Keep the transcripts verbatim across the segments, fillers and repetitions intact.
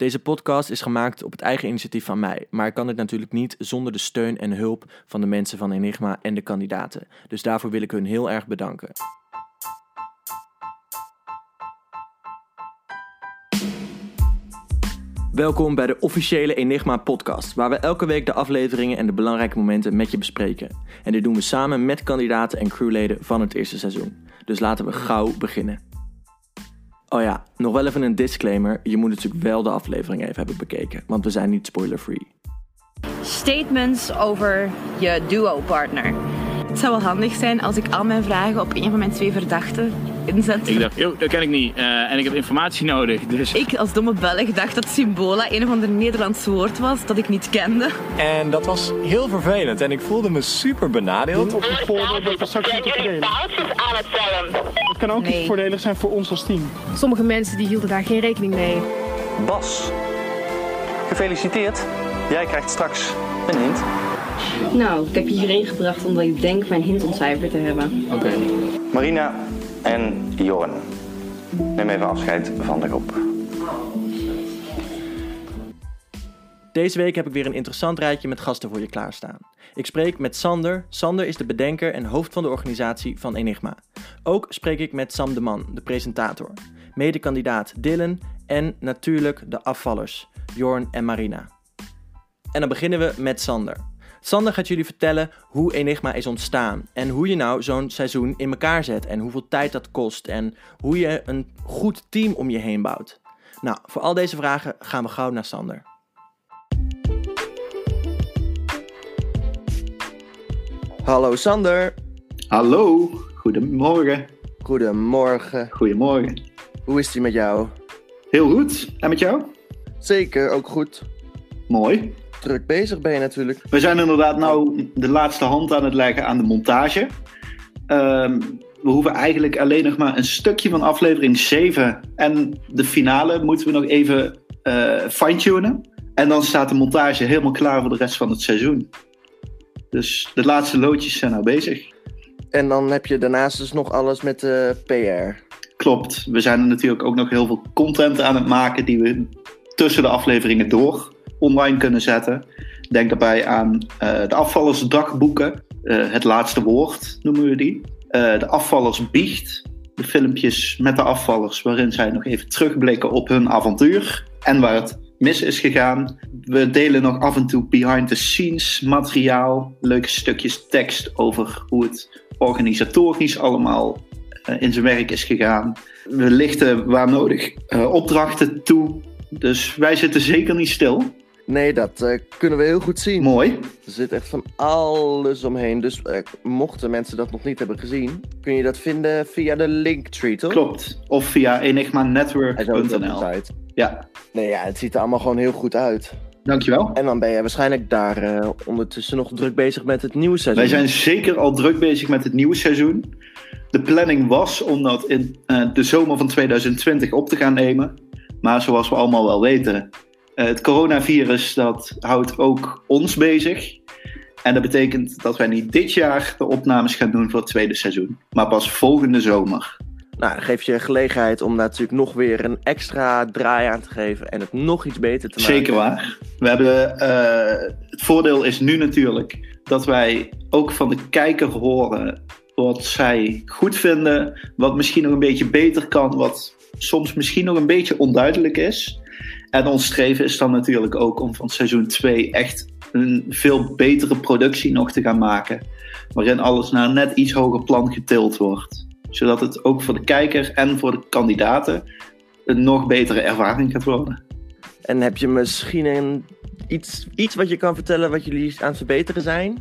Deze podcast is gemaakt op het eigen initiatief van mij, maar ik kan dit natuurlijk niet zonder de steun en hulp van de mensen van Enigma en de kandidaten. Dus daarvoor wil ik hun heel erg bedanken. Welkom bij de officiële Enigma podcast, waar we elke week de afleveringen en de belangrijke momenten met je bespreken. En dit doen we samen met kandidaten en crewleden van het eerste seizoen. Dus laten we gauw beginnen. Oh ja, nog wel even een disclaimer. Je moet natuurlijk wel de aflevering even hebben bekeken, want we zijn niet spoiler-free. Statements over je duo-partner. Het zou wel handig zijn als ik al mijn vragen op een van mijn twee verdachten inzet. Ik dacht, joh, dat ken ik niet. Uh, en ik heb informatie nodig. Dus... Ik als domme Belg dacht dat Symbola een of ander Nederlands woord was dat ik niet kende. En dat was heel vervelend en ik voelde me super benadeeld. Op het voordeel dat we straks moeten verdelen. Het kan ook Nee. iets voordelig zijn voor ons als team. Sommige mensen die hielden daar geen rekening mee. Bas, gefeliciteerd. Jij krijgt straks een hint. Nou, ik heb je hierheen gebracht omdat ik denk mijn hint ontcijferd te hebben. Oké. Okay. Marina en Jorn. Neem even afscheid van de groep. Deze week heb ik weer een interessant rijtje met gasten voor je klaarstaan. Ik spreek met Sander. Sander is de bedenker en hoofd van de organisatie van Enigma. Ook spreek ik met Sam de Man, de presentator. Medekandidaat Dylan en natuurlijk de afvallers, Jorn en Marina. En dan beginnen we met Sander. Sander gaat jullie vertellen hoe Enigma is ontstaan en hoe je nou zo'n seizoen in elkaar zet en hoeveel tijd dat kost en hoe je een goed team om je heen bouwt. Nou, voor al deze vragen gaan we gauw naar Sander. Hallo Sander. Hallo, goedemorgen. Goedemorgen. Goedemorgen. Hoe is het met jou? Heel goed. En met jou? Zeker, ook goed. Mooi. Druk bezig ben je natuurlijk. We zijn inderdaad nou de laatste hand aan het leggen aan de montage. Um, we hoeven eigenlijk alleen nog maar een stukje van aflevering zeven en de finale moeten we nog even uh, fine-tunen. En dan staat de montage helemaal klaar voor de rest van het seizoen. Dus de laatste loodjes zijn nou bezig. En dan heb je daarnaast dus nog alles met de P R. Klopt. We zijn er natuurlijk ook nog heel veel content aan het maken die we tussen de afleveringen door online kunnen zetten. Denk daarbij aan uh, de afvallersdagboeken. Uh, het laatste woord noemen we die. Uh, de afvallersbiecht. De filmpjes met de afvallers waarin zij nog even terugblikken op hun avontuur. En waar het mis is gegaan. We delen nog af en toe behind the scenes materiaal. Leuke stukjes tekst over hoe het organisatorisch allemaal uh, in zijn werk is gegaan. We lichten waar nodig uh, opdrachten toe. Dus wij zitten zeker niet stil. Nee, dat uh, kunnen we heel goed zien. Mooi. Er zit echt van alles omheen. Dus uh, mochten mensen dat nog niet hebben gezien, kun je dat vinden via de Linktree, toch? Klopt. Of via enigma network punt n l. Ja. Nee, ja, het ziet er allemaal gewoon heel goed uit. Dankjewel. En dan ben je waarschijnlijk daar uh, ondertussen nog druk bezig met het nieuwe seizoen. Wij zijn zeker al druk bezig met het nieuwe seizoen. De planning was om dat in uh, de zomer van tweeduizend twintig op te gaan nemen. Maar zoals we allemaal wel weten, uh, het coronavirus dat houdt ook ons bezig. En dat betekent dat wij niet dit jaar de opnames gaan doen voor het tweede seizoen. Maar pas volgende zomer. Nou, dan geef je gelegenheid om daar natuurlijk nog weer een extra draai aan te geven en het nog iets beter te maken. Zeker waar. We hebben, uh, het voordeel is nu natuurlijk dat wij ook van de kijker horen wat zij goed vinden. Wat misschien nog een beetje beter kan, wat soms misschien nog een beetje onduidelijk is. En ons streven is dan natuurlijk ook om van seizoen twee echt een veel betere productie nog te gaan maken. Waarin alles naar een net iets hoger plan getild wordt. Zodat het ook voor de kijker en voor de kandidaten een nog betere ervaring gaat worden. En heb je misschien een, iets, iets wat je kan vertellen wat jullie aan het verbeteren zijn?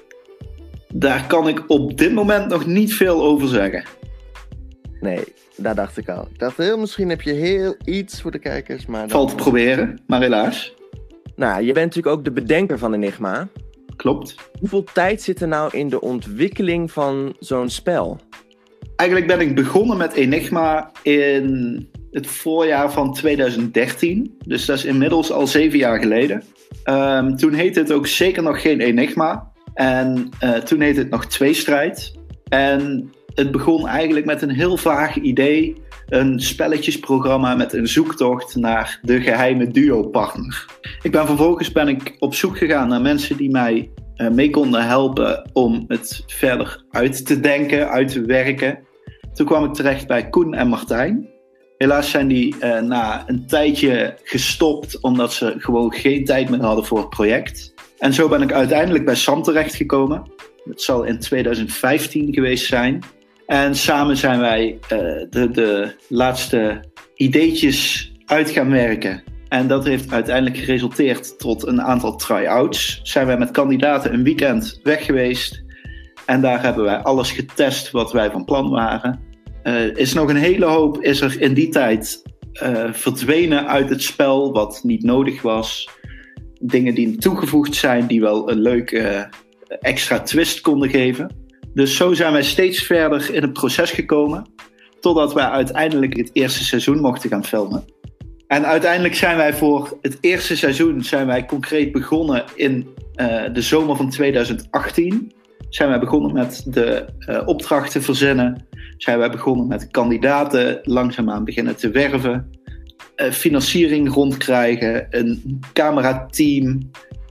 Daar kan ik op dit moment nog niet veel over zeggen. Nee, daar dacht ik al. Ik dacht heel misschien heb je heel iets voor de kijkers. Maar dan... Valt te proberen, maar helaas. Nou, je bent natuurlijk ook de bedenker van Enigma. Klopt. Hoeveel tijd zit er nou in de ontwikkeling van zo'n spel? Eigenlijk ben ik begonnen met Enigma in het voorjaar van tweeduizend dertien. Dus dat is inmiddels al zeven jaar geleden. Um, toen heette het ook zeker nog geen Enigma. En uh, toen heette het nog Tweestrijd. En het begon eigenlijk met een heel vaag idee. Een spelletjesprogramma met een zoektocht naar de geheime duo-partner. Ik ben vervolgens ben ik op zoek gegaan naar mensen die mij uh, mee konden helpen om het verder uit te denken, uit te werken. Toen kwam ik terecht bij Koen en Martijn. Helaas zijn die uh, na een tijdje gestopt omdat ze gewoon geen tijd meer hadden voor het project. En zo ben ik uiteindelijk bij Sam terechtgekomen. Het zal in twintig vijftien geweest zijn. En samen zijn wij uh, de, de laatste ideetjes uit gaan werken. En dat heeft uiteindelijk geresulteerd tot een aantal try-outs. Zijn wij met kandidaten een weekend weg geweest. En daar hebben wij alles getest wat wij van plan waren. Uh, is nog een hele hoop is er in die tijd uh, verdwenen uit het spel wat niet nodig was. Dingen die toegevoegd zijn die wel een leuke uh, extra twist konden geven. Dus zo zijn wij steeds verder in het proces gekomen. Totdat wij uiteindelijk het eerste seizoen mochten gaan filmen. En uiteindelijk zijn wij voor het eerste seizoen zijn wij concreet begonnen in uh, de zomer van twintig achttien. Zijn wij begonnen met de uh, opdrachten verzinnen. Zijn wij begonnen met kandidaten langzaamaan beginnen te werven. Uh, financiering rondkrijgen. Een camerateam.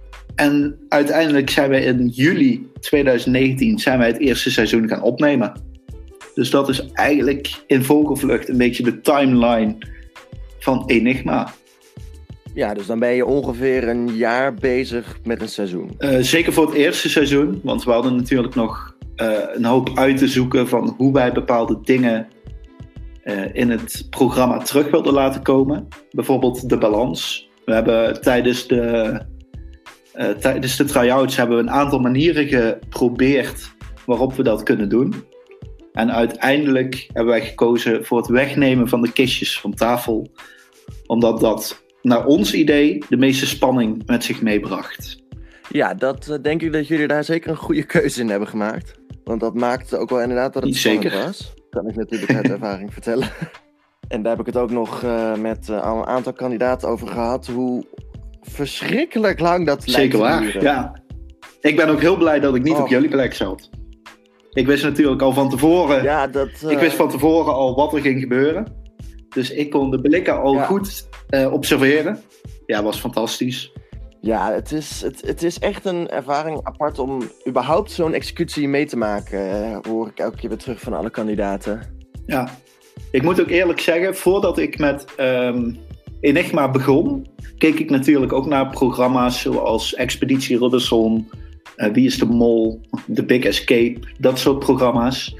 En uiteindelijk zijn wij in juli twintig negentien zijn wij het eerste seizoen gaan opnemen. Dus dat is eigenlijk in vogelvlucht een beetje de timeline van Enigma. Ja, dus dan ben je ongeveer een jaar bezig met een seizoen. Uh, zeker voor het eerste seizoen, want we hadden natuurlijk nog uh, een hoop uit te zoeken van hoe wij bepaalde dingen uh, in het programma terug wilden laten komen. Bijvoorbeeld de balans. We hebben tijdens de, uh, tijdens de try-outs hebben we een aantal manieren geprobeerd waarop we dat kunnen doen. En uiteindelijk hebben wij gekozen voor het wegnemen van de kistjes van tafel. Omdat dat, naar ons idee, de meeste spanning met zich meebracht. Ja, dat uh, denk ik dat jullie daar zeker een goede keuze in hebben gemaakt. Want dat maakte ook wel inderdaad dat het spannend zeker. was. Kan ik natuurlijk uit ervaring vertellen. En daar heb ik het ook nog uh, met uh, al een aantal kandidaten over gehad. Hoe verschrikkelijk lang dat lijkt Zeker te waar, duren. ja. Ik ben ook heel blij dat ik niet oh. op jullie plek zat. Ik wist natuurlijk al van tevoren... Ja, dat, uh... Ik wist van tevoren al wat er ging gebeuren. Dus ik kon de blikken al ja. goed uh, observeren. Ja, was fantastisch. Ja, het is, het, het is echt een ervaring apart om überhaupt zo'n executie mee te maken. Uh, hoor ik elke keer weer terug van alle kandidaten. Ja, ik moet ook eerlijk zeggen, voordat ik met um, Enigma begon, keek ik natuurlijk ook naar programma's zoals Expeditie Robinson, uh, Wie is de Mol, The Big Escape, dat soort programma's.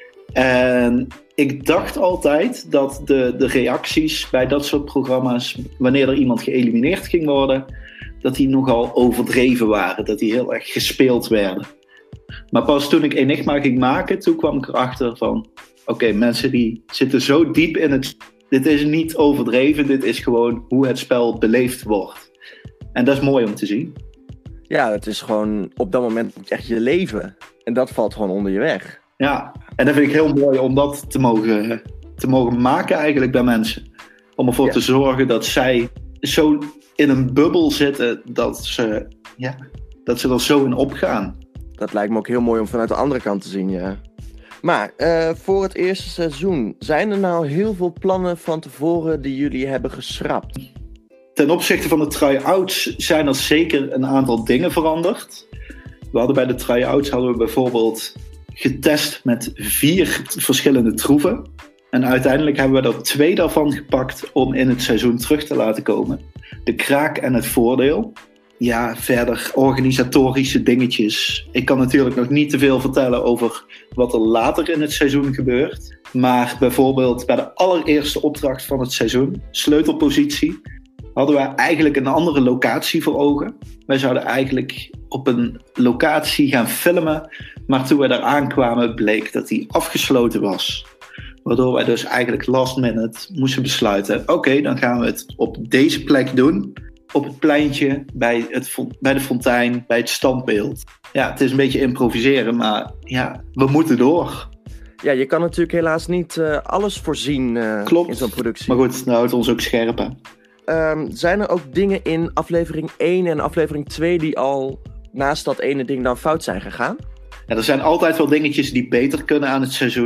En ik dacht altijd dat de, de reacties bij dat soort programma's, wanneer er iemand geëlimineerd ging worden, dat die nogal overdreven waren, dat die heel erg gespeeld werden. Maar pas toen ik Enigma ging maken, toen kwam ik erachter van, oké, okay, mensen die zitten zo diep in het... Dit is niet overdreven, dit is gewoon hoe het spel beleefd wordt. En dat is mooi om te zien. Ja, het is gewoon op dat moment echt je leven. En dat valt gewoon onder je weg. Ja, en dat vind ik heel mooi om dat te mogen, te mogen maken eigenlijk bij mensen. Om ervoor ja. te zorgen dat zij zo in een bubbel zitten dat ze, ja, dat ze er zo in opgaan. Dat lijkt me ook heel mooi om vanuit de andere kant te zien, ja. Maar uh, voor het eerste seizoen, zijn er nou heel veel plannen van tevoren die jullie hebben geschrapt? Ten opzichte van de try-outs zijn er zeker een aantal dingen veranderd. We hadden bij de try-outs hadden we bijvoorbeeld getest met vier verschillende troeven. En uiteindelijk hebben we er twee daarvan gepakt om in het seizoen terug te laten komen. De kraak en het voordeel. Ja, verder organisatorische dingetjes. Ik kan natuurlijk nog niet te veel vertellen over wat er later in het seizoen gebeurt. Maar bijvoorbeeld bij de allereerste opdracht van het seizoen, sleutelpositie, hadden wij eigenlijk een andere locatie voor ogen. Wij zouden eigenlijk op een locatie gaan filmen, maar toen we daar aankwamen bleek dat die afgesloten was. Waardoor wij dus eigenlijk last minute moesten besluiten, oké, okay, dan gaan we het op deze plek doen. Op het pleintje, bij, het, bij de fontein, bij het standbeeld. Ja, het is een beetje improviseren, maar ja, we moeten door. Ja, je kan natuurlijk helaas niet uh, alles voorzien uh, Klopt. in zo'n productie. Maar goed, nou houdt ons ook scherp, hè. Um, zijn er ook dingen in aflevering één en aflevering twee die al naast dat ene ding dan fout zijn gegaan? Ja, er zijn altijd wel dingetjes die beter kunnen aan het seizoen.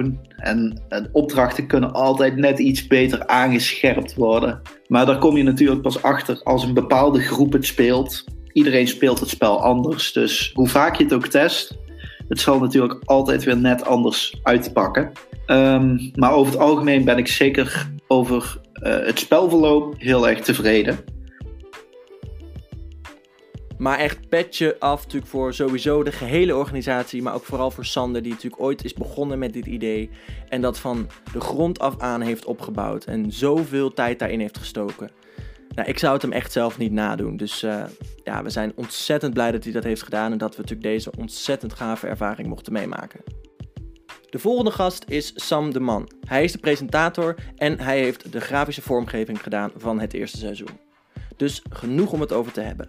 En, en opdrachten kunnen altijd net iets beter aangescherpt worden. Maar daar kom je natuurlijk pas achter als een bepaalde groep het speelt. Iedereen speelt het spel anders. Dus hoe vaak je het ook test, het zal natuurlijk altijd weer net anders uitpakken. Um, maar over het algemeen ben ik zeker over uh, het spelverloop heel erg tevreden. Maar echt petje af natuurlijk voor sowieso de gehele organisatie, maar ook vooral voor Sander, die natuurlijk ooit is begonnen met dit idee en dat van de grond af aan heeft opgebouwd en zoveel tijd daarin heeft gestoken. Nou, ik zou het hem echt zelf niet nadoen, dus uh, ja, we zijn ontzettend blij dat hij dat heeft gedaan en dat we natuurlijk deze ontzettend gave ervaring mochten meemaken. De volgende gast is Sam de Man. Hij is de presentator en hij heeft de grafische vormgeving gedaan van het eerste seizoen. Dus genoeg om het over te hebben.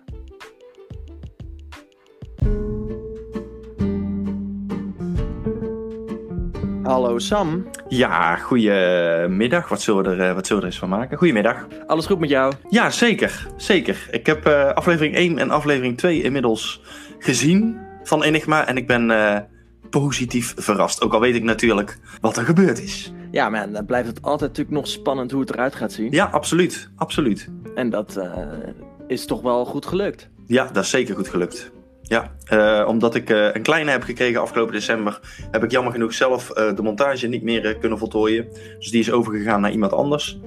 Hallo Sam. Ja, goedemiddag. Wat zullen we er, wat zullen we er eens van maken? Goedemiddag. Alles goed met jou? Ja, zeker. Zeker. Ik heb uh, aflevering één en aflevering twee inmiddels gezien van Enigma. En ik ben uh, positief verrast. Ook al weet ik natuurlijk wat er gebeurd is. Ja, man, dan blijft het altijd natuurlijk nog spannend hoe het eruit gaat zien. Ja, absoluut. Absoluut. En dat uh, is toch wel goed gelukt? Ja, dat is zeker goed gelukt. Ja, uh, omdat ik uh, een kleine heb gekregen afgelopen december, heb ik jammer genoeg zelf uh, de montage niet meer uh, kunnen voltooien. Dus die is overgegaan naar iemand anders.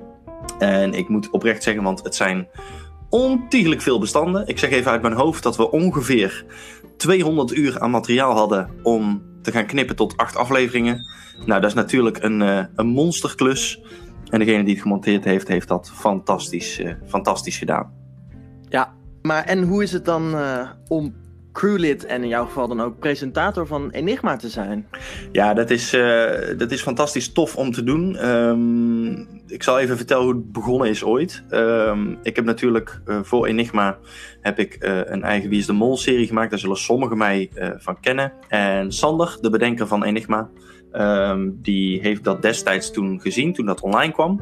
En ik moet oprecht zeggen, want het zijn ontiegelijk veel bestanden. Ik zeg even uit mijn hoofd dat we ongeveer tweehonderd uur aan materiaal hadden om te gaan knippen tot acht afleveringen. Nou, dat is natuurlijk een, uh, een monsterklus. En degene die het gemonteerd heeft, heeft dat fantastisch, uh, fantastisch gedaan. Ja, maar en hoe is het dan uh, om crewlid en in jouw geval dan ook presentator van Enigma te zijn? Ja, dat is, uh, dat is fantastisch tof om te doen. Um, ik zal even vertellen hoe het begonnen is ooit. Um, ik heb natuurlijk uh, voor Enigma heb ik uh, een eigen Wie is de Mol serie gemaakt. Daar zullen sommigen mij uh, van kennen. En Sander, de bedenker van Enigma, um, die heeft dat destijds toen gezien, toen dat online kwam.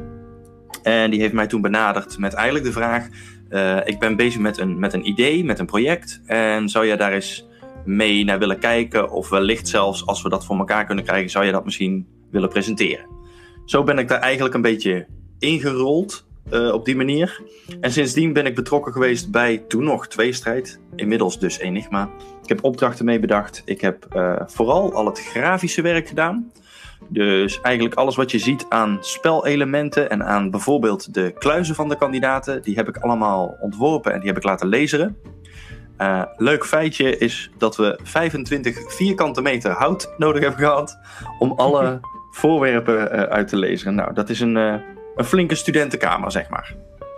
En die heeft mij toen benaderd met eigenlijk de vraag: Uh, ik ben bezig met een, met een idee, met een project. En zou jij daar eens mee naar willen kijken? Of wellicht zelfs, als we dat voor elkaar kunnen krijgen, zou je dat misschien willen presenteren? Zo ben ik daar eigenlijk een beetje ingerold uh, op die manier. En sindsdien ben ik betrokken geweest bij toen nog Tweestrijd. Inmiddels dus Enigma. Ik heb opdrachten mee bedacht. Ik heb uh, vooral al het grafische werk gedaan. Dus eigenlijk alles wat je ziet aan spelelementen en aan bijvoorbeeld de kluizen van de kandidaten, die heb ik allemaal ontworpen en die heb ik laten laseren. Uh, leuk feitje is dat we vijfentwintig vierkante meter hout nodig hebben gehad om alle voorwerpen uh, uit te laseren. Nou, dat is een, uh, een flinke studentenkamer, zeg maar.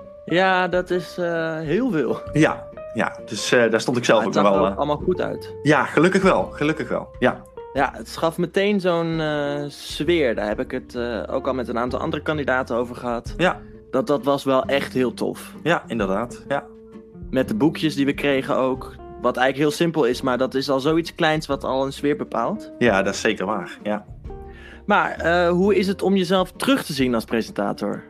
Ja, dat is uh, heel veel. Ja, ja dus uh, daar stond ik zelf ja, ook nog wel. Het zag er allemaal goed uit. Ja, gelukkig wel. Gelukkig wel, ja. Ja, het gaf meteen zo'n uh, sfeer. Daar heb ik het uh, ook al met een aantal andere kandidaten over gehad. Ja. Dat, dat was wel echt heel tof. Ja, inderdaad. Ja. Met de boekjes die we kregen ook. Wat eigenlijk heel simpel is, maar dat is al zoiets kleins wat al een sfeer bepaalt. Ja, dat is zeker waar. Ja. Maar uh, hoe is het om jezelf terug te zien als presentator?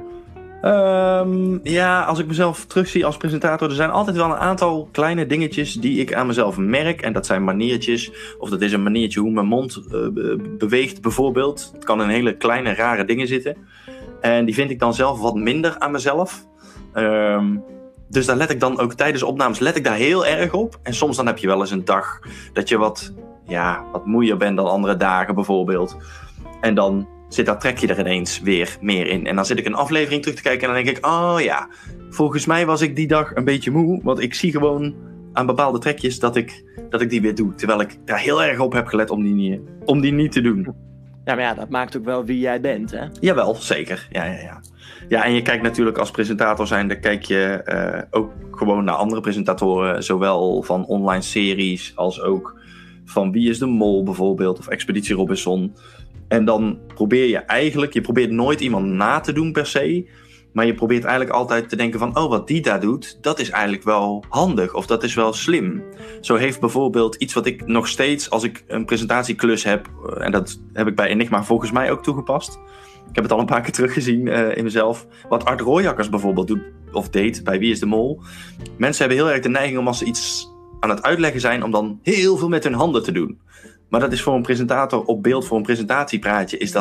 Um, ja, als ik mezelf terugzie als presentator, er zijn altijd wel een aantal kleine dingetjes die ik aan mezelf merk. En dat zijn maniertjes, of dat is een maniertje hoe mijn mond uh, beweegt bijvoorbeeld. Het kan in hele kleine, rare dingen zitten. En die vind ik dan zelf wat minder aan mezelf. Um, dus daar let ik dan ook tijdens opnames let ik daar heel erg op. En soms dan heb je wel eens een dag dat je wat, ja, wat moeier bent dan andere dagen bijvoorbeeld. En dan zit dat trekje er ineens weer meer in. En dan zit ik een aflevering terug te kijken en dan denk ik, oh ja, volgens mij was ik die dag een beetje moe. Want ik zie gewoon aan bepaalde trekjes dat ik, dat ik die weer doe. Terwijl ik daar heel erg op heb gelet om die niet, om die niet te doen. Ja, maar ja, dat maakt ook wel wie jij bent, hè? Jawel, zeker. Ja, ja, ja. Ja, en je kijkt natuurlijk als presentator zijnde, kijk je uh, ook gewoon naar andere presentatoren. Zowel van online series als ook van Wie is de Mol bijvoorbeeld. Of Expeditie Robinson. En dan probeer je eigenlijk, je probeert nooit iemand na te doen per se. Maar je probeert eigenlijk altijd te denken van, oh, wat die daar doet, dat is eigenlijk wel handig. Of dat is wel slim. Zo heeft bijvoorbeeld iets wat ik nog steeds, als ik een presentatieklus heb, en dat heb ik bij Enigma volgens mij ook toegepast. Ik heb het al een paar keer teruggezien uh, in mezelf. Wat Art Rooijakkers bijvoorbeeld doet, of deed bij Wie is de Mol. Mensen hebben heel erg de neiging om als ze iets aan het uitleggen zijn, om dan heel veel met hun handen te doen. Maar dat is voor een presentator op beeld, voor een presentatiepraatje, is dat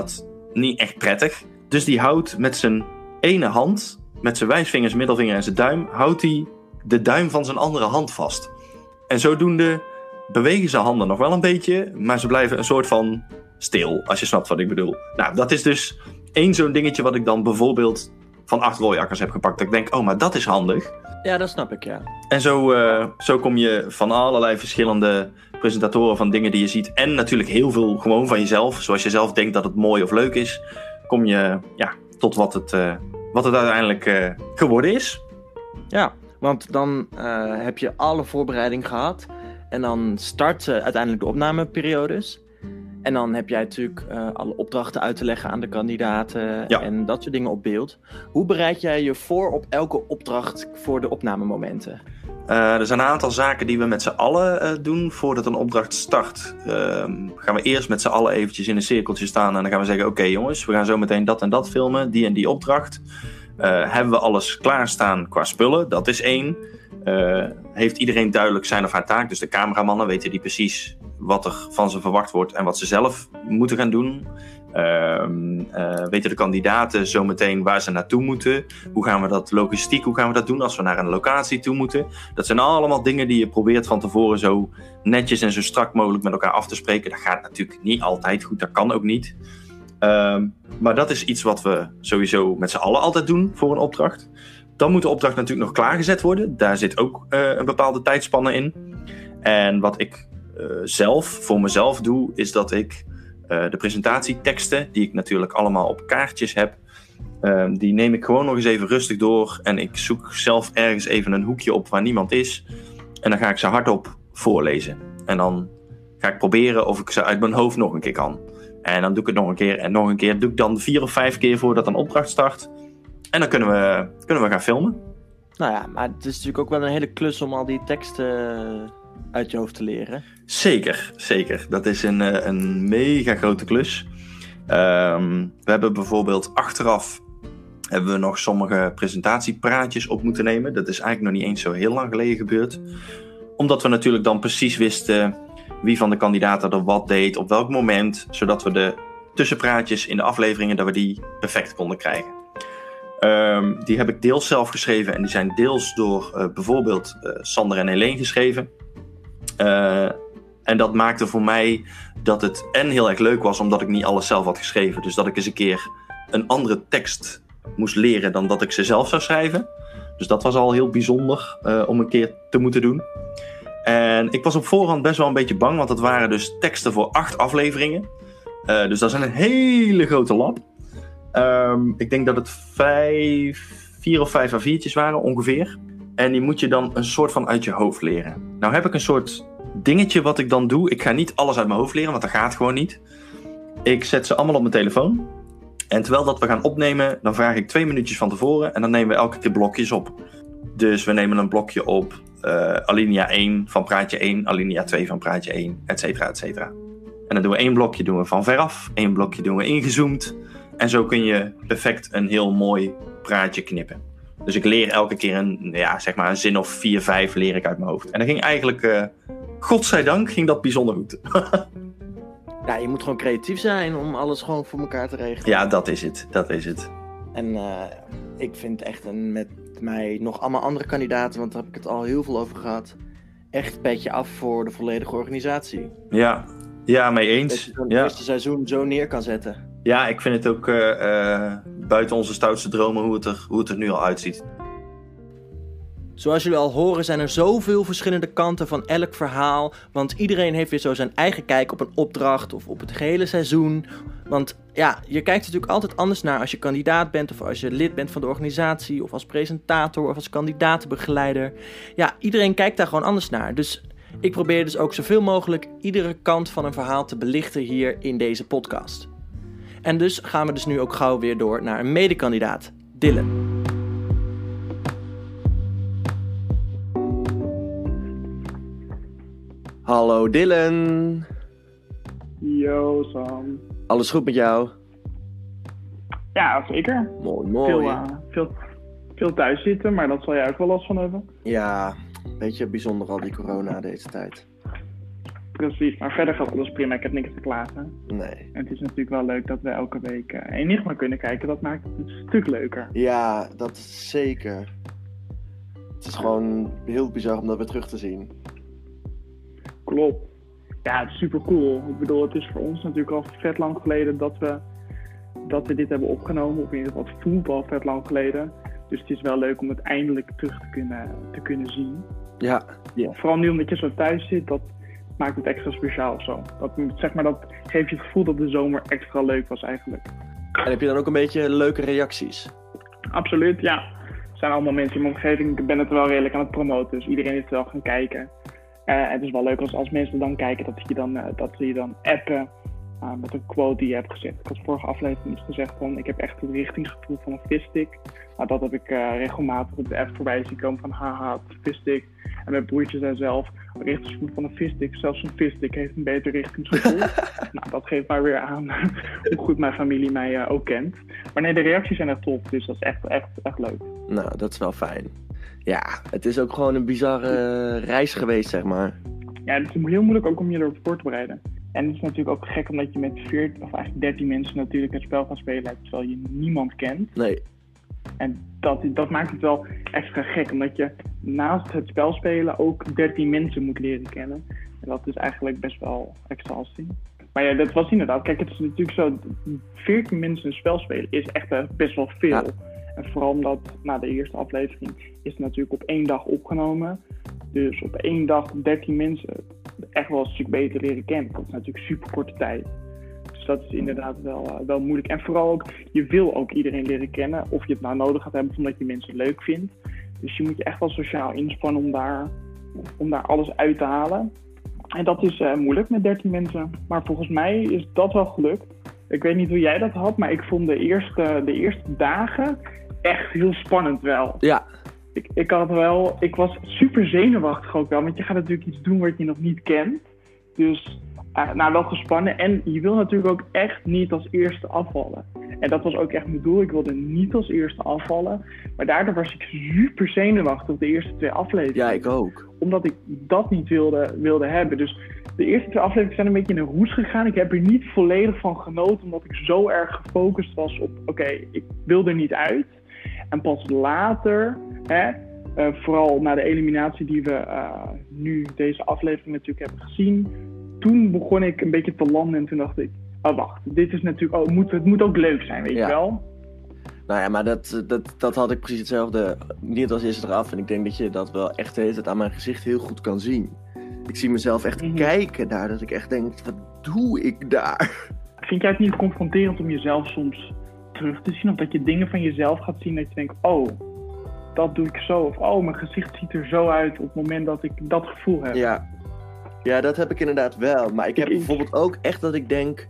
niet echt prettig. Dus die houdt met zijn ene hand, met zijn wijsvingers, middelvinger en zijn duim, houdt hij de duim van zijn andere hand vast. En zodoende bewegen zijn handen nog wel een beetje, maar ze blijven een soort van stil, als je snapt wat ik bedoel. Nou, dat is dus één zo'n dingetje wat ik dan bijvoorbeeld van acht Rooijakkers heb gepakt. Dat ik denk, oh, maar dat is handig. Ja, dat snap ik, ja. En zo, uh, zo kom je van allerlei verschillende presentatoren van dingen die je ziet. En natuurlijk heel veel gewoon van jezelf. Zoals je zelf denkt dat het mooi of leuk is. Kom je ja, tot wat het, uh, wat het uiteindelijk uh, geworden is. Ja, want dan uh, heb je alle voorbereiding gehad. En dan starten uiteindelijk de opnameperiodes. En dan heb jij natuurlijk uh, alle opdrachten uit te leggen aan de kandidaten ja. en dat soort dingen op beeld. Hoe bereid jij je voor op elke opdracht voor de opnamemomenten? Uh, er zijn een aantal zaken die we met z'n allen uh, doen voordat een opdracht start. Uh, gaan we eerst met z'n allen eventjes in een cirkeltje staan en dan gaan we zeggen, oké okay, jongens, we gaan zo meteen dat en dat filmen, die en die opdracht. Uh, hebben we alles klaarstaan qua spullen? Dat is één. Uh, heeft iedereen duidelijk zijn of haar taak? Dus de cameramannen weten die precies wat er van ze verwacht wordt en wat ze zelf moeten gaan doen. Uh, uh, weten de kandidaten zometeen waar ze naartoe moeten? Hoe gaan we dat logistiek, hoe gaan we dat doen als we naar een locatie toe moeten? Dat zijn allemaal dingen die je probeert van tevoren zo netjes en zo strak mogelijk met elkaar af te spreken. Dat gaat natuurlijk niet altijd goed, dat kan ook niet. Uh, maar dat is iets wat we sowieso met z'n allen altijd doen voor een opdracht. Dan moet de opdracht natuurlijk nog klaargezet worden. Daar zit ook uh, een bepaalde tijdspanne in. En wat ik uh, zelf, voor mezelf doe, is dat ik uh, de presentatieteksten, die ik natuurlijk allemaal op kaartjes heb, uh, die neem ik gewoon nog eens even rustig door. En ik zoek zelf ergens even een hoekje op waar niemand is. En dan ga ik ze hardop voorlezen. En dan ga ik proberen of ik ze uit mijn hoofd nog een keer kan. En dan doe ik het nog een keer en nog een keer. Doe ik dan vier of vijf keer voordat een opdracht start. En dan kunnen we, kunnen we gaan filmen. Nou ja, maar het is natuurlijk ook wel een hele klus om al die teksten uit je hoofd te leren. Zeker, zeker. Dat is een, een mega grote klus. Um, we hebben bijvoorbeeld achteraf hebben we nog sommige presentatiepraatjes op moeten nemen. Dat is eigenlijk nog niet eens zo heel lang geleden gebeurd. Omdat we natuurlijk dan precies wisten wie van de kandidaten er wat deed, op welk moment. Zodat we de tussenpraatjes in de afleveringen, dat we die perfect konden krijgen. Um, die heb ik deels zelf geschreven en die zijn deels door uh, bijvoorbeeld uh, Sander en Helene geschreven. Uh, en dat maakte voor mij dat het en heel erg leuk was omdat ik niet alles zelf had geschreven. Dus dat ik eens een keer een andere tekst moest leren dan dat ik ze zelf zou schrijven. Dus dat was al heel bijzonder uh, om een keer te moeten doen. En ik was op voorhand best wel een beetje bang, want het waren dus teksten voor acht afleveringen. Uh, dus dat is een hele grote lab. Um, ik denk dat het vijf, vier of vijf A viertjes waren ongeveer. En die moet je dan een soort van uit je hoofd leren. Nou heb ik een soort dingetje wat ik dan doe. Ik ga niet alles uit mijn hoofd leren, want dat gaat gewoon niet. Ik zet ze allemaal op mijn telefoon. En terwijl dat we gaan opnemen, dan vraag ik twee minuutjes van tevoren. En dan nemen we elke keer blokjes op. Dus we nemen een blokje op. Uh, alinea één van praatje één, alinea twee van praatje één, et cetera, et cetera. En dan doen we één blokje doen we van veraf. Één blokje doen we ingezoomd. En zo kun je perfect een heel mooi praatje knippen. Dus ik leer elke keer een, ja, zeg maar een zin of vier, vijf leer ik uit mijn hoofd. En dat ging eigenlijk, uh, godzijdank, ging dat bijzonder goed. Ja, je moet gewoon creatief zijn om alles gewoon voor elkaar te regelen. Ja, dat is het. Dat is het. En uh, ik vind echt een, met mij nog allemaal andere kandidaten, want daar heb ik het al heel veel over gehad, echt petje af voor de volledige organisatie. Ja, ja, mee eens. Dat je zo'n ja. eerste seizoen zo neer kan zetten. Ja, ik vind het ook uh, uh, buiten onze stoutste dromen hoe het, er, hoe het er nu al uitziet. Zoals jullie al horen zijn er zoveel verschillende kanten van elk verhaal. Want iedereen heeft weer zo zijn eigen kijk op een opdracht of op het gehele seizoen. Want ja, je kijkt natuurlijk altijd anders naar als je kandidaat bent of als je lid bent van de organisatie of als presentator of als kandidatenbegeleider. Ja, iedereen kijkt daar gewoon anders naar. Dus ik probeer dus ook zoveel mogelijk iedere kant van een verhaal te belichten hier in deze podcast. En dus gaan we dus nu ook gauw weer door naar een medekandidaat, Dylan. Hallo Dylan. Yo Sam. Alles goed met jou? Ja, zeker. Mooi, mooi. Veel, uh, veel, veel thuis zitten, maar dat zal jij ook wel last van hebben. Ja, een beetje bijzonder al die corona deze tijd. Precies, maar verder gaat alles prima. Ik heb niks te klagen. Nee. En het is natuurlijk wel leuk dat we elke week uh, Enigma kunnen kijken. Dat maakt het een stuk leuker. Ja, dat is zeker. Het is gewoon heel bizar om dat weer terug te zien. Klopt. Ja, het is super cool. Ik bedoel, het is voor ons natuurlijk al vet lang geleden dat we, dat we dit hebben opgenomen. Of in ieder geval, het voelt al vet lang geleden. Dus het is wel leuk om het eindelijk terug te kunnen, te kunnen zien. Ja. Ja. Vooral nu omdat je zo thuis zit, dat maakt het extra speciaal of zo. Dat, zeg maar, dat geeft je het gevoel dat de zomer extra leuk was eigenlijk. En heb je dan ook een beetje leuke reacties? Absoluut, ja. Er zijn allemaal mensen in mijn omgeving. Ik ben het wel redelijk aan het promoten, dus iedereen is wel gaan kijken. Uh, het is wel leuk als, als mensen dan kijken, dat, je dan, uh, dat ze je dan appen uh, met een quote die je hebt gezegd. Ik had vorige aflevering iets gezegd van, ik heb echt het richtingsgevoel van een visstick. Nou, dat heb ik uh, regelmatig op de app voorbij zien komen van, haha, het is een visstick. En mijn broertje zei zelf, richtingsgevoel van een visstick, zelfs een visstick heeft een beter richtingsgevoel. Nou, dat geeft maar weer aan hoe goed mijn familie mij uh, ook kent. Maar nee, de reacties zijn echt top, dus dat is echt, echt, echt leuk. Nou, dat is wel fijn. Ja, het is ook gewoon een bizarre reis geweest, zeg maar. Ja, het is heel moeilijk ook om je erop voor te bereiden. En het is natuurlijk ook gek omdat je met veertien of eigenlijk dertien mensen natuurlijk het spel gaat spelen, terwijl je niemand kent. Nee. En dat, dat maakt het wel extra gek, omdat je naast het spel spelen ook dertien mensen moet leren kennen. En dat is eigenlijk best wel exhausting. Maar ja, dat was inderdaad, kijk, het is natuurlijk zo, veertien mensen een spel spelen is echt best wel veel. Ja. En vooral omdat, na de eerste aflevering, is het natuurlijk op één dag opgenomen. Dus op één dag dertien mensen echt wel een stuk beter leren kennen. Dat is natuurlijk super korte tijd. Dus dat is inderdaad wel, uh, wel moeilijk. En vooral ook, je wil ook iedereen leren kennen. Of je het nou nodig gaat hebben omdat je mensen leuk vindt. Dus je moet je echt wel sociaal inspannen om daar, om daar alles uit te halen. En dat is uh, moeilijk met dertien mensen. Maar volgens mij is dat wel gelukt. Ik weet niet hoe jij dat had, maar ik vond de eerste, de eerste dagen echt heel spannend wel. Ja. Ik, ik had wel, ik was super zenuwachtig ook wel, want je gaat natuurlijk iets doen wat je nog niet kent. Dus, uh, nou wel gespannen. En je wil natuurlijk ook echt niet als eerste afvallen. En dat was ook echt mijn doel. Ik wilde niet als eerste afvallen. Maar daardoor was ik super zenuwachtig de eerste twee afleveringen. Ja, ik ook. Omdat ik dat niet wilde, wilde hebben. Dus de eerste twee afleveringen zijn een beetje in een roes gegaan. Ik heb er niet volledig van genoten, omdat ik zo erg gefocust was op, oké, okay, ik wil er niet uit. En pas later, hè, uh, vooral na de eliminatie die we uh, nu deze aflevering natuurlijk hebben gezien, toen begon ik een beetje te landen en toen dacht ik, oh wacht, dit is natuurlijk, oh, moet, het moet ook leuk zijn, weet ja. je wel? Nou ja, maar dat, dat, dat had ik precies hetzelfde, niet als eerste eraf. En ik denk dat je dat wel echt de hele tijd aan mijn gezicht heel goed kan zien. Ik zie mezelf echt mm-hmm. kijken daar, dat ik echt denk, wat doe ik daar? Vind jij het niet confronterend om jezelf soms terug te zien? Of dat je dingen van jezelf gaat zien dat je denkt, oh, dat doe ik zo. Of oh, mijn gezicht ziet er zo uit op het moment dat ik dat gevoel heb. Ja, ja dat heb ik inderdaad wel. Maar ik heb ik, bijvoorbeeld ook echt dat ik denk,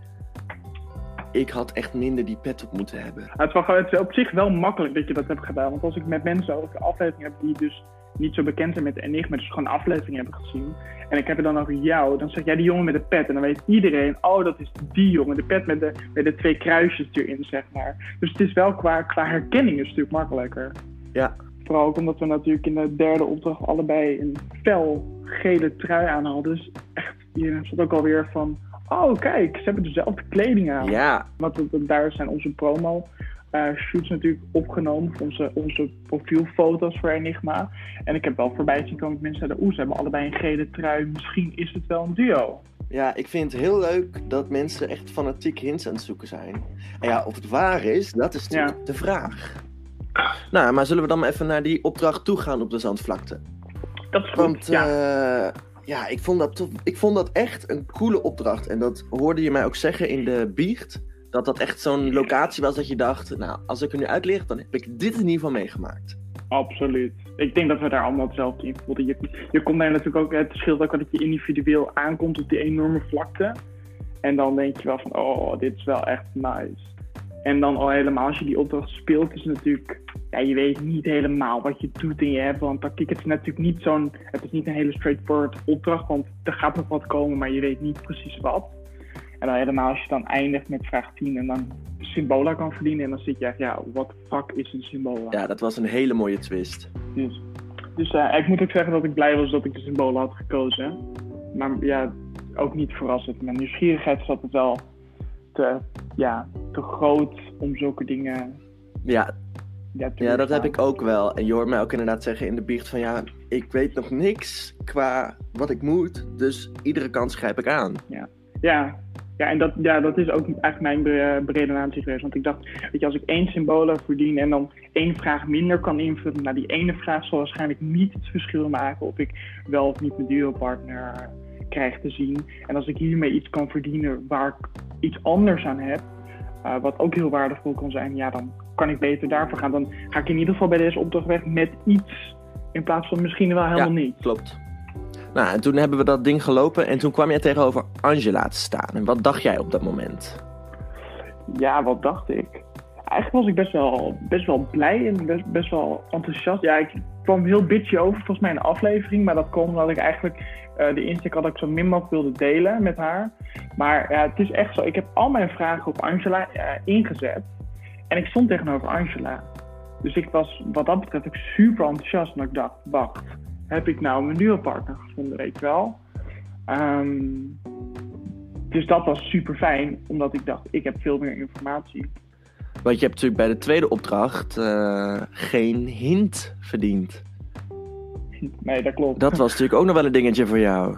ik had echt minder die pet op moeten hebben. Het is, wel, het is op zich wel makkelijk dat je dat hebt gedaan. Want als ik met mensen over de aflevering heb die dus niet zo bekend zijn met de Enigma, dus gewoon een aflevering hebben gezien. En ik heb het dan over jou, dan zeg jij die jongen met de pet. En dan weet iedereen, oh, dat is die jongen. De pet met de, met de twee kruisjes erin, zeg maar. Dus het is wel qua, qua herkenning een stuk makkelijker. Ja. Vooral ook omdat we natuurlijk in de derde opdracht allebei een fel gele trui aan hadden. Dus echt, je zat ook alweer van, oh kijk, ze hebben dezelfde kleding aan. Ja. Want daar zijn onze promo uh, shoots natuurlijk opgenomen. Onze, onze profielfoto's voor Enigma. En ik heb wel voorbij zien komen dat mensen zeiden, oeh, ze hebben allebei een gele trui. Misschien is het wel een duo. Ja, ik vind het heel leuk dat mensen echt fanatiek hints aan het zoeken zijn. En ja, of het waar is, dat is natuurlijk ja. de vraag. Nou, maar zullen we dan maar even naar die opdracht toe gaan op de Zandvlakte? Dat is goed, Want, ja. Uh, ja, ik vond, dat to- ik vond dat echt een coole opdracht. En dat hoorde je mij ook zeggen in de biecht. Dat dat echt zo'n locatie was dat je dacht, nou, als ik er nu uitlicht, dan heb ik dit in ieder geval meegemaakt. Absoluut. Ik denk dat we daar allemaal hetzelfde in voelden. Je, je komt daar natuurlijk ook, het scheelt ook dat je individueel aankomt op die enorme vlakte. En dan denk je wel van, oh, dit is wel echt nice. En dan al helemaal als je die opdracht speelt, is het natuurlijk, ja, je weet niet helemaal wat je doet en je hebt. Want dan, kijk, het is natuurlijk niet zo'n, het is niet een hele straightforward opdracht, want er gaat nog wat komen, maar je weet niet precies wat. En dan helemaal als je dan eindigt met vraag tien en dan Symbola kan verdienen en dan zit je echt, ja, what the fuck is een Symbola? Ja, dat was een hele mooie twist. Dus, dus uh, ik moet ook zeggen dat ik blij was dat ik de Symbola had gekozen. Maar ja, ook niet verrassend. Mijn nieuwsgierigheid is altijd wel te, ja, te groot om zulke dingen Ja, ja, te ja dat doorstaan. heb ik ook wel. En je hoort mij ook inderdaad zeggen in de biecht van ja, ik weet nog niks qua wat ik moet. Dus iedere kans grijp ik aan. Ja, ja. ja en dat, ja, dat is ook eigenlijk mijn bre- beredenatie geweest. Want ik dacht, weet je, als ik één symbolen verdien en dan één vraag minder kan invullen, nou die ene vraag zal waarschijnlijk niet het verschil maken of ik wel of niet mijn duopartner krijg te zien. En als ik hiermee iets kan verdienen waar ik iets anders aan heb, uh, wat ook heel waardevol kan zijn, ja, dan kan ik beter daarvoor gaan. Dan ga ik in ieder geval bij deze opdracht weg met iets in plaats van misschien wel helemaal ja, niet. Klopt. Nou, en toen hebben we dat ding gelopen en toen kwam jij tegenover Angela te staan. En wat dacht jij op dat moment? Ja, wat dacht ik? Eigenlijk was ik best wel, best wel blij en best, best wel enthousiast. Ja, ik kwam heel bitchy over volgens mij in de aflevering, maar dat kwam omdat ik eigenlijk uh, de insteek had dat ik zo min mogelijk wilde delen met haar. Maar ja, het is echt zo, ik heb al mijn vragen op Angela uh, ingezet en ik stond tegenover Angela. Dus ik was wat dat betreft ook super enthousiast en ik dacht, wacht, heb ik nou mijn duopartner gevonden, weet je wel? Um, dus dat was super fijn, omdat ik dacht, ik heb veel meer informatie. Want je hebt natuurlijk bij de tweede opdracht uh, geen hint verdiend. Nee, dat klopt. Dat was natuurlijk ook nog wel een dingetje voor jou.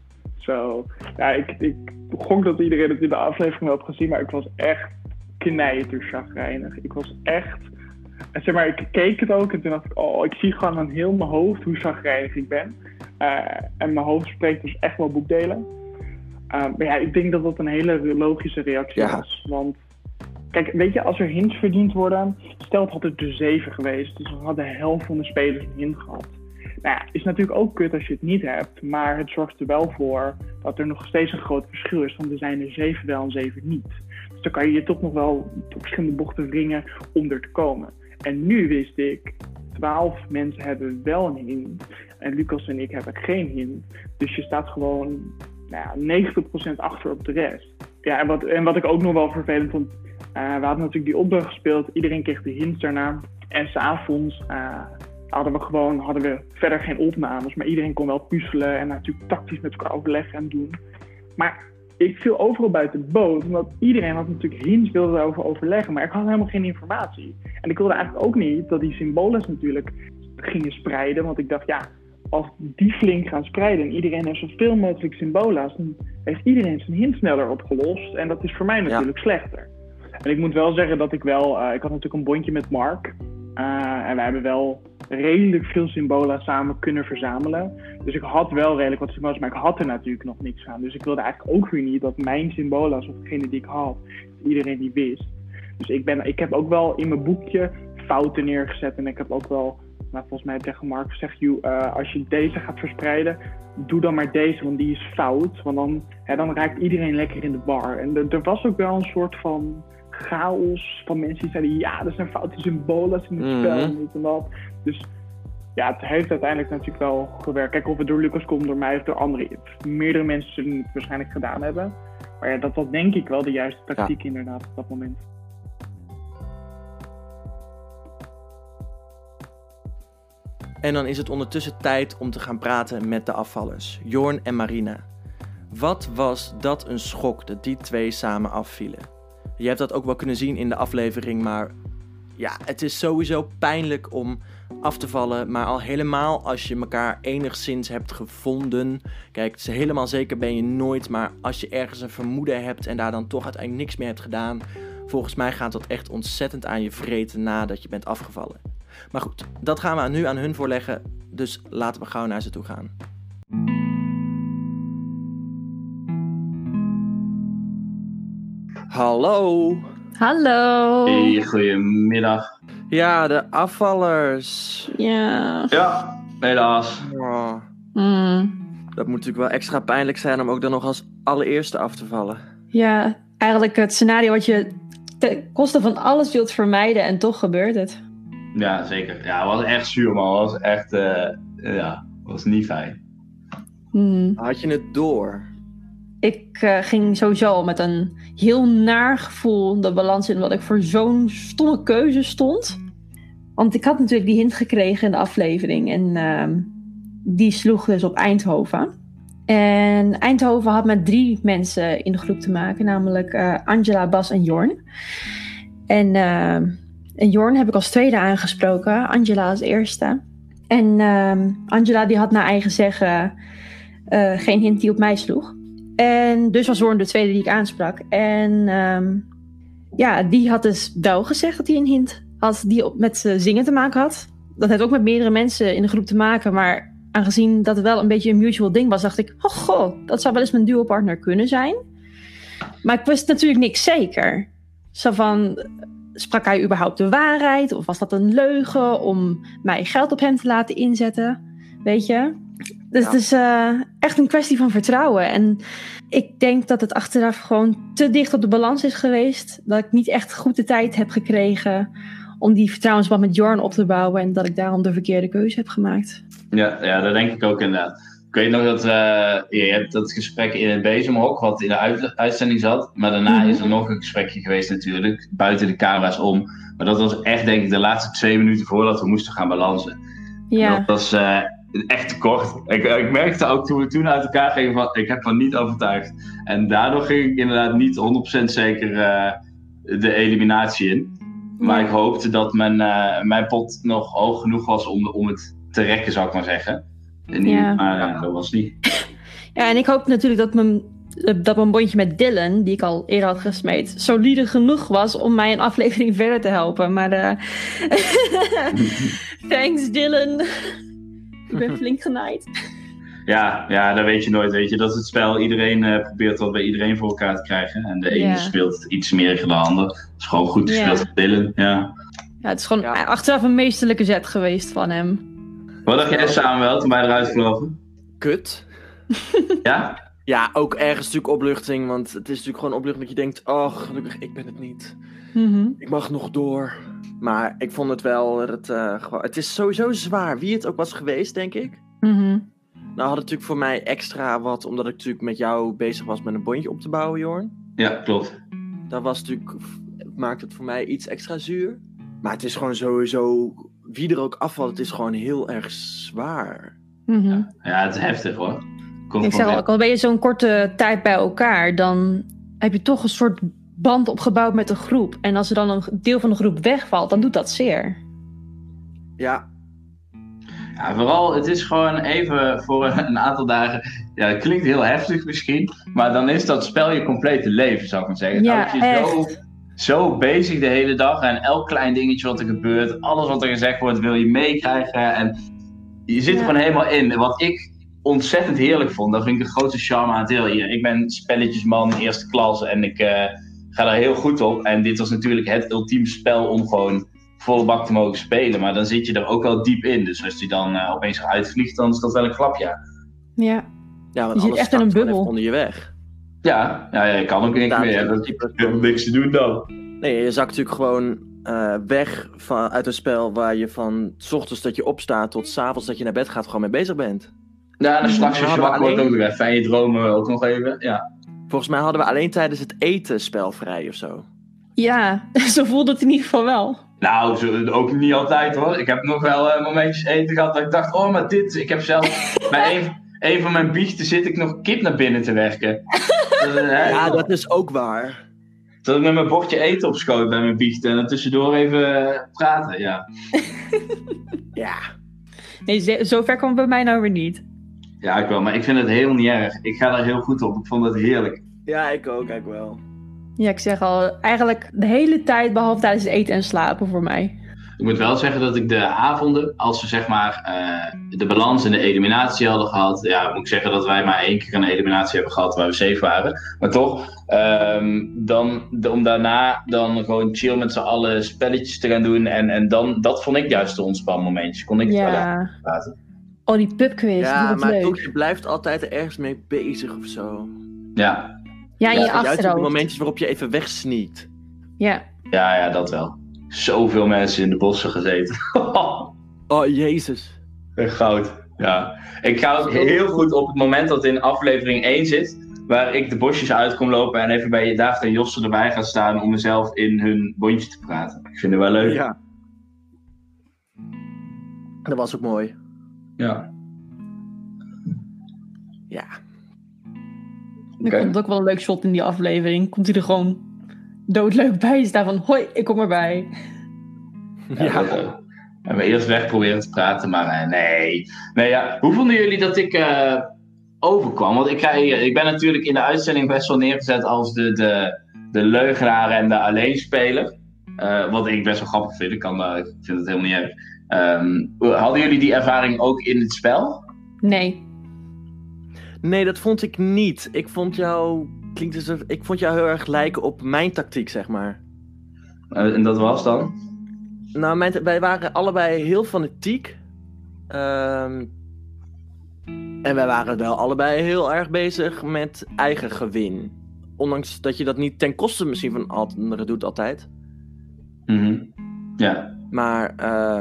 Zo, ja, ik, ik gok dat iedereen het in de aflevering wel heeft gezien, maar ik was echt knijterchagrijnig. Ik was echt, zeg maar, ik keek het ook en toen dacht ik, oh, ik zie gewoon aan heel mijn hoofd hoe chagrijnig ik ben. Uh, en mijn hoofd spreekt dus echt wel boekdelen. Uh, maar ja, ik denk dat dat een hele logische reactie ja. was, want kijk, weet je, als er hints verdiend worden, stel het had er dus zeven geweest, dus dan had de helft van de spelers een hint gehad. Nou ja, is natuurlijk ook kut als je het niet hebt, maar het zorgt er wel voor dat er nog steeds een groot verschil is, want er zijn er zeven wel en zeven niet. Dus dan kan je je toch nog wel op verschillende bochten wringen om er te komen. En nu wist ik, twaalf mensen hebben wel een hint en Lucas en ik hebben geen hint. Dus je staat gewoon nou ja, negentig procent achter op de rest. Ja, en wat, en wat ik ook nog wel vervelend vond, Uh, we hadden natuurlijk die opdracht gespeeld, iedereen kreeg de hints daarna. En 's avonds uh, hadden we gewoon hadden we verder geen opnames, maar iedereen kon wel puzzelen en natuurlijk tactisch met elkaar overleggen en doen. Maar ik viel overal buiten de boot, omdat iedereen had natuurlijk hints, wilde daarover overleggen, maar ik had helemaal geen informatie. En ik wilde eigenlijk ook niet dat die symbolen natuurlijk gingen spreiden, want ik dacht, ja, als die flink gaan spreiden en iedereen heeft zoveel mogelijk symbola's, dan heeft iedereen zijn hint sneller opgelost en dat is voor mij natuurlijk ja. slechter. En ik moet wel zeggen dat ik wel, uh, ik had natuurlijk een bondje met Mark. Uh, en wij hebben wel redelijk veel symbolen samen kunnen verzamelen. Dus ik had wel redelijk wat symbolen, maar ik had er natuurlijk nog niks aan. Dus ik wilde eigenlijk ook weer niet dat mijn symbolen, of degene die ik had, iedereen die wist. Dus ik, ben, ik heb ook wel in mijn boekje fouten neergezet. En ik heb ook wel, nou, volgens mij tegen Mark gezegd, uh, als je deze gaat verspreiden, doe dan maar deze, want die is fout. Want dan, hè, dan raakt iedereen lekker in de war. En er, er was ook wel een soort van chaos van mensen die zeiden, ja, er zijn foute symbolen in het spel en dit en dat. Dus ja, het heeft uiteindelijk natuurlijk wel gewerkt. Kijk, of het door Lucas komt, door mij of door anderen. Meerdere mensen zullen het waarschijnlijk gedaan hebben. Maar ja, dat was denk ik wel de juiste tactiek ja. inderdaad op dat moment. En dan is het ondertussen tijd om te gaan praten met de afvallers, Jorn en Marina. Wat was dat een schok dat die twee samen afvielen? Je hebt dat ook wel kunnen zien in de aflevering, maar ja, het is sowieso pijnlijk om af te vallen. Maar al helemaal als je elkaar enigszins hebt gevonden. Kijk, het is helemaal zeker ben je nooit, maar als je ergens een vermoeden hebt en daar dan toch uiteindelijk niks meer hebt gedaan. Volgens mij gaat dat echt ontzettend aan je vreten nadat je bent afgevallen. Maar goed, dat gaan we nu aan hun voorleggen, dus laten we gauw naar ze toe gaan. Hallo. Hallo. Hey, goedemiddag. Ja, de afvallers. Ja. Ja, helaas. Oh. Mm. Dat moet natuurlijk wel extra pijnlijk zijn om ook dan nog als allereerste af te vallen. Ja, eigenlijk het scenario wat je ten koste van alles wilt vermijden en toch gebeurt het. Ja, zeker. Ja, het was echt zuur, man. Het was echt, uh, ja, het was niet fijn. Mm. Had je het door? Ik uh, ging sowieso met een heel naar gevoel de balans in, wat ik voor zo'n stomme keuze stond. Want ik had natuurlijk die hint gekregen in de aflevering en uh, die sloeg dus op Eindhoven. En Eindhoven had met drie mensen in de groep te maken, namelijk uh, Angela, Bas en Jorn. En, uh, en Jorn heb ik als tweede aangesproken, Angela als eerste. En uh, Angela die had naar eigen zeggen uh, geen hint die op mij sloeg. En dus was Jorn de tweede die ik aansprak. En uh, ja, die had dus wel gezegd dat hij een hint had die op, met uh, zingen te maken had. Dat heeft ook met meerdere mensen in de groep te maken, maar aangezien dat het wel een beetje een mutual ding was, dacht ik, oh goh, dat zou wel eens mijn duopartner kunnen zijn. Maar ik wist natuurlijk niks zeker. Zo van, sprak hij überhaupt de waarheid? Of was dat een leugen om mij geld op hem te laten inzetten? Weet je? Dus ja. Het is uh, echt een kwestie van vertrouwen. En ik denk dat het achteraf gewoon te dicht op de balans is geweest. Dat ik niet echt goed de tijd heb gekregen om die vertrouwensband met Jorn op te bouwen. En dat ik daarom de verkeerde keuze heb gemaakt. Ja, ja, dat denk ik ook inderdaad. Ik weet nog dat uh, je hebt dat gesprek in het bezemhok, wat in de uit- uitzending zat. Maar daarna mm-hmm. is er nog een gesprekje geweest natuurlijk, buiten de camera's om. Maar dat was echt denk ik de laatste twee minuten voordat we moesten gaan balansen. Ja. Dat was uh, echt te kort. Ik, ik merkte ook toen we toen uit elkaar gingen van, ik heb van niet overtuigd. En daardoor ging ik inderdaad niet honderd procent zeker uh, de eliminatie in. Maar ja. Ik hoopte dat mijn, uh, mijn pot nog hoog genoeg was om, om het te rekken, zou ik maar zeggen. En niet, ja. Maar uh, dat was niet. Ja, en ik hoop natuurlijk dat mijn, dat mijn bondje met Dylan, die ik al eerder had gesmeed, solide genoeg was om mij een aflevering verder te helpen. Maar uh... thanks Dylan. Ik ben flink genaaid. Ja, ja, dat weet je nooit, weet je. Dat is het spel. Iedereen uh, probeert dat bij iedereen voor elkaar te krijgen. En de ene ja. speelt iets meer dan de ander. Het is gewoon goed gespeeld van ja. Dylan, ja. Ja, het is gewoon ja. achteraf een meesterlijke zet geweest van hem. Wat dacht jij Samuel toen wij eruit vlogen? Kut. Ja? Ja, ook ergens natuurlijk opluchting. Want het is natuurlijk gewoon opluchting dat je denkt, oh, gelukkig, ik ben het niet. Mm-hmm. Ik mag nog door. Maar ik vond het wel, het, uh, gewoon, het is sowieso zwaar. Wie het ook was geweest, denk ik. Mm-hmm. Nou had het natuurlijk voor mij extra wat, omdat ik natuurlijk met jou bezig was met een bondje op te bouwen, Jorn. Ja, klopt. Dat was natuurlijk, maakt het voor mij iets extra zuur. Maar het is gewoon sowieso, wie er ook afvalt, het is gewoon heel erg zwaar. Mm-hmm. Ja, het is heftig hoor. Komt ik zeg al, ook al ben je zo'n korte tijd bij elkaar, dan heb je toch een soort band opgebouwd met de groep. En als er dan een deel van de groep wegvalt, dan doet dat zeer. Ja. Ja, vooral, het is gewoon even voor een aantal dagen. Ja, het klinkt heel heftig misschien, maar dan is dat spel je complete leven, zou ik maar zeggen. Ja, dan je zo, zo bezig de hele dag en elk klein dingetje wat er gebeurt, alles wat er gezegd wordt, wil je meekrijgen. En je zit er ja. gewoon helemaal in. En wat ik ontzettend heerlijk vond, dat vind ik de grootste charme aan het heel hier. Ik ben spelletjesman eerste klas en ik uh, ga daar heel goed op. En dit was natuurlijk het ultieme spel om gewoon volle bak te mogen spelen, maar dan zit je er ook wel diep in. Dus als die dan uh, opeens eruit vliegt, dan is dat wel een klap, ja. Ja, ja want je zit echt in een bubbel. Onder je weg. Ja, ja, ja, je kan ook niks meer. Je hebt niks te doen dan. Nee, je zakt natuurlijk gewoon uh, weg van, uit een spel waar je van 's ochtends dat je opstaat tot 's avonds dat je naar bed gaat gewoon mee bezig bent. Ja, en dan s'nachts als je wakker wordt ook nog even. En je dromen ook nog even, ja. Volgens mij hadden we alleen tijdens het eten spel vrij of zo. Ja, zo voelde het in ieder geval wel. Nou, zo, ook niet altijd hoor. Ik heb nog wel uh, momentjes eten gehad dat ik dacht, oh maar dit, ik heb zelf bij een, een van mijn biechten zit ik nog kip naar binnen te werken. Dus, uh, ja, dat is ook waar. Dat ik met mijn bordje eten op schoot bij mijn biechten en dan tussendoor even uh, praten, ja. Ja. Nee, zover kwam bij mij nou weer niet. Ja, ik wel, maar ik vind het heel niet erg. Ik ga er heel goed op, ik vond het heerlijk. Ja, ik ook, ik wel. Ja, ik zeg al, eigenlijk de hele tijd, behalve tijdens het eten en slapen voor mij. Ik moet wel zeggen dat ik de avonden, als we zeg maar uh, de balans en de eliminatie hadden gehad, ja, moet ik zeggen dat wij maar één keer een eliminatie hebben gehad waar we safe waren. Maar toch, um, dan, de, om daarna dan gewoon chill met z'n allen spelletjes te gaan doen en, en dan, dat vond ik juist de ontspanmomentjes. Kon ik het ja. wel aan praten. Oh, die pubquiz, ja, die was maar leuk. toch, je blijft altijd er ergens mee bezig of zo. Ja. Ja, in je ja, achterhoofd. juist op de momentjes waarop je even wegsneakt. Ja. Ja, ja, dat wel. Zoveel mensen in de bossen gezeten. Oh, jezus. Goud, ja. Ik ga ook heel goed op het moment dat in aflevering één zit, waar ik de bosjes uit kom lopen en even bij David en Josse erbij ga staan om mezelf in hun bondje te praten. Ik vind het wel leuk. Ja. Dat was ook mooi. Ja. Ja. Ik vond het ook wel een leuk shot in die aflevering. Komt hij er gewoon doodleuk bij staan van... Hoi, ik kom erbij. Ja, ja. Dat, uh, we hebben eerst weg proberen te praten, maar uh, nee. nee ja. Hoe vonden jullie dat ik uh, overkwam? Want ik, ga hier, ik ben natuurlijk in de uitzending best wel neergezet als de, de, de leugenaar en de alleenspeler. Uh, wat ik best wel grappig vind. Ik, kan, uh, ik vind het helemaal niet erg. Um, hadden jullie die ervaring ook in het spel? Nee. Nee, dat vond ik niet. Ik vond jou... Klinkt dus, ik vond jou heel erg lijken op mijn tactiek, zeg maar. Uh, en dat was dan? Nou, mijn, wij waren allebei heel fanatiek. Um, en wij waren wel allebei heel erg bezig met eigen gewin. Ondanks dat je dat niet ten koste misschien van anderen doet altijd. Mm-hmm. Ja. Maar uh,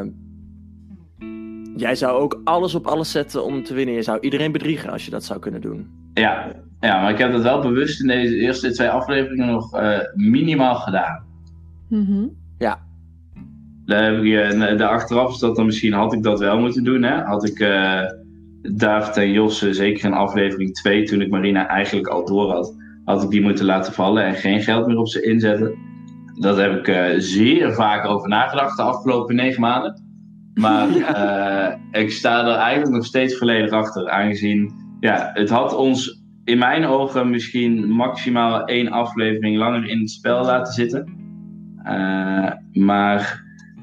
jij zou ook alles op alles zetten om te winnen. Je zou iedereen bedriegen als je dat zou kunnen doen. Ja, ja, maar ik heb dat wel bewust in deze eerste twee afleveringen nog uh, minimaal gedaan. Mm-hmm. Ja. Daar heb ik, uh, de achteraf is dat dan misschien had ik dat wel moeten doen. Hè? Had ik uh, David en Josse, zeker in aflevering twee, toen ik Marina eigenlijk al door had, had ik die moeten laten vallen en geen geld meer op ze inzetten. Dat heb ik uh, zeer vaak over nagedacht de afgelopen negen maanden. Maar uh, ik sta er eigenlijk nog steeds volledig achter. Aangezien, ja, het had ons in mijn ogen misschien maximaal één aflevering langer in het spel laten zitten. Uh, maar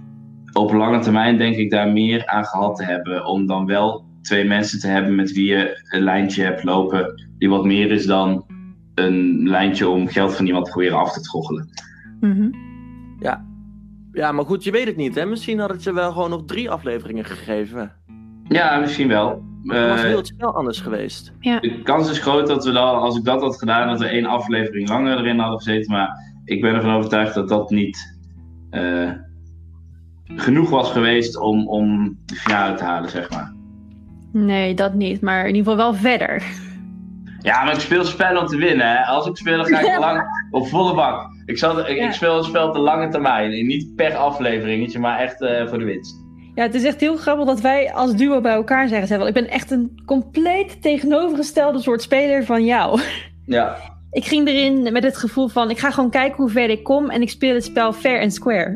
op lange termijn denk ik daar meer aan gehad te hebben. Om dan wel twee mensen te hebben met wie je een lijntje hebt lopen. Die wat meer is dan een lijntje om geld van iemand te proberen af te troggelen. Mm-hmm. Ja. Ja, maar goed, je weet het niet, hè? Misschien had het je wel gewoon nog drie afleveringen gegeven. Ja, misschien wel. Dan was uh, heel het spel anders geweest. Ja. De kans is groot dat we dan, als ik dat had gedaan, dat we één aflevering langer erin hadden gezeten. Maar ik ben ervan overtuigd dat dat niet uh, genoeg was geweest om, om de finale te halen, zeg maar. Nee, dat niet. Maar in ieder geval wel verder. Ja, maar ik speel spel om te winnen. Hè. Als ik speel, dan ga ik lang op volle bak. Ik, zal, ik, ja. ik speel een spel op de lange termijn. En niet per afleveringetje, maar echt uh, voor de winst. Ja, het is echt heel grappig dat wij als duo bij elkaar zijn gezet. Want ik ben echt een compleet tegenovergestelde soort speler van jou. Ja. Ik ging erin met het gevoel van... ik ga gewoon kijken hoe ver ik kom... en ik speel het spel fair and square.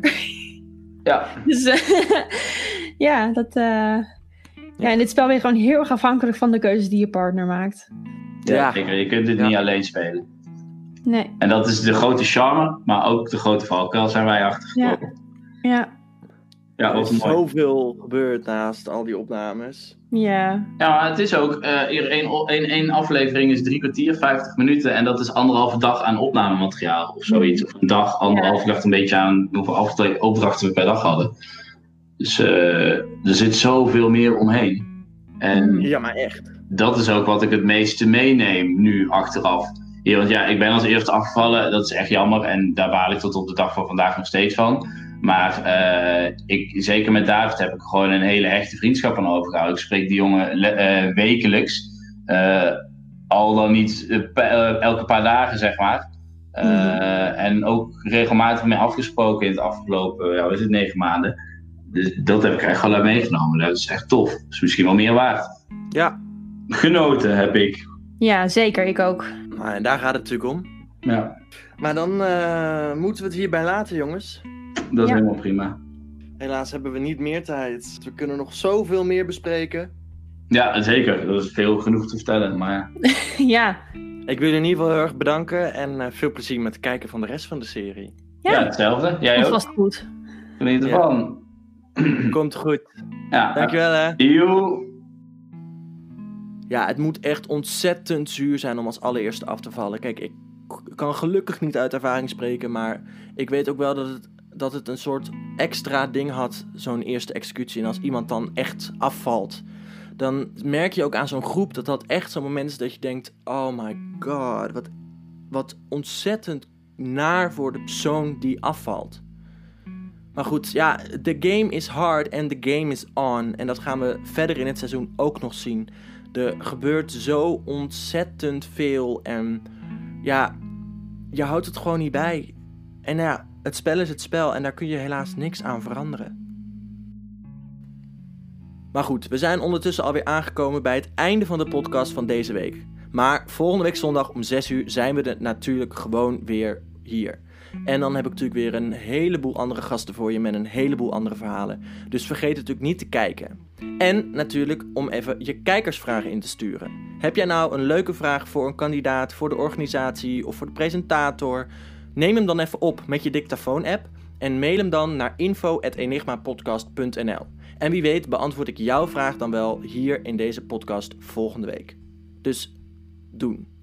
Ja. Dus uh, ja, dat... Uh, ja. ja, in dit spel ben je gewoon heel erg afhankelijk van de keuzes die je partner maakt. Ja, ja. Zeker. Je kunt dit ja. niet alleen spelen. Nee. En dat is de grote charme, maar ook de grote valkuil zijn wij achtergekomen. Ja. Ja. Ja, er is mooi. Zoveel gebeurd naast al die opnames. Ja. Ja, maar het is ook, uh, één, één, één aflevering is drie kwartier, vijftig minuten. En dat is anderhalve dag aan opnamemateriaal of zoiets. Of een dag, anderhalve dag, een beetje aan hoeveel opdrachten we per dag hadden. Dus uh, er zit zoveel meer omheen. En ja, maar echt. Dat is ook wat ik het meeste meeneem nu achteraf. Ja, want ja, ik ben als eerste afgevallen, dat is echt jammer. En daar baal ik tot op de dag van vandaag nog steeds van. Maar uh, ik, zeker met David heb ik gewoon een hele echte vriendschap aan overgehouden. Ik spreek die jongen uh, wekelijks. Uh, al dan niet uh, pe- uh, elke paar dagen, zeg maar. Uh, mm-hmm. En ook regelmatig mee afgesproken in het afgelopen, ja, wat is het, negen maanden. Dus dat heb ik echt wel meegenomen. Dat is echt tof. Dat is misschien wel meer waard. Ja. Genoten heb ik. Ja, zeker. Ik ook. Nou, en daar gaat het natuurlijk om. Ja. Maar dan uh, moeten we het hierbij laten, jongens. Dat is ja. helemaal prima. Helaas hebben we niet meer tijd. We kunnen nog zoveel meer bespreken. Ja, zeker. Dat is veel genoeg te vertellen, maar ja. Ik wil je in ieder geval heel erg bedanken. En uh, veel plezier met het kijken van de rest van de serie. Ja, ja hetzelfde. Jij dat ook? was goed. Geniet ervan. Ja. Komt goed. Ja. Dankjewel, hè. Yo. Ja, het moet echt ontzettend zuur zijn om als allereerste af te vallen. Kijk, ik kan gelukkig niet uit ervaring spreken, maar ik weet ook wel dat het, dat het een soort extra ding had, zo'n eerste executie. En als iemand dan echt afvalt, dan merk je ook aan zo'n groep dat dat echt zo'n moment is dat je denkt, oh my god, wat, wat ontzettend naar voor de persoon die afvalt. Maar goed, ja, the game is hard and the game is on. En dat gaan we verder in het seizoen ook nog zien. Er gebeurt zo ontzettend veel en ja, je houdt het gewoon niet bij. En ja, het spel is het spel en daar kun je helaas niks aan veranderen. Maar goed, we zijn ondertussen alweer aangekomen bij het einde van de podcast van deze week. Maar volgende week zondag om zes uur zijn we er natuurlijk gewoon weer hier. En dan heb ik natuurlijk weer een heleboel andere gasten voor je met een heleboel andere verhalen. Dus vergeet natuurlijk niet te kijken. En natuurlijk om even je kijkersvragen in te sturen. Heb jij nou een leuke vraag voor een kandidaat, voor de organisatie of voor de presentator? Neem hem dan even op met je dictafoon-app en mail hem dan naar info at enigmapodcast punt n l. En wie weet beantwoord ik jouw vraag dan wel hier in deze podcast volgende week. Dus doen.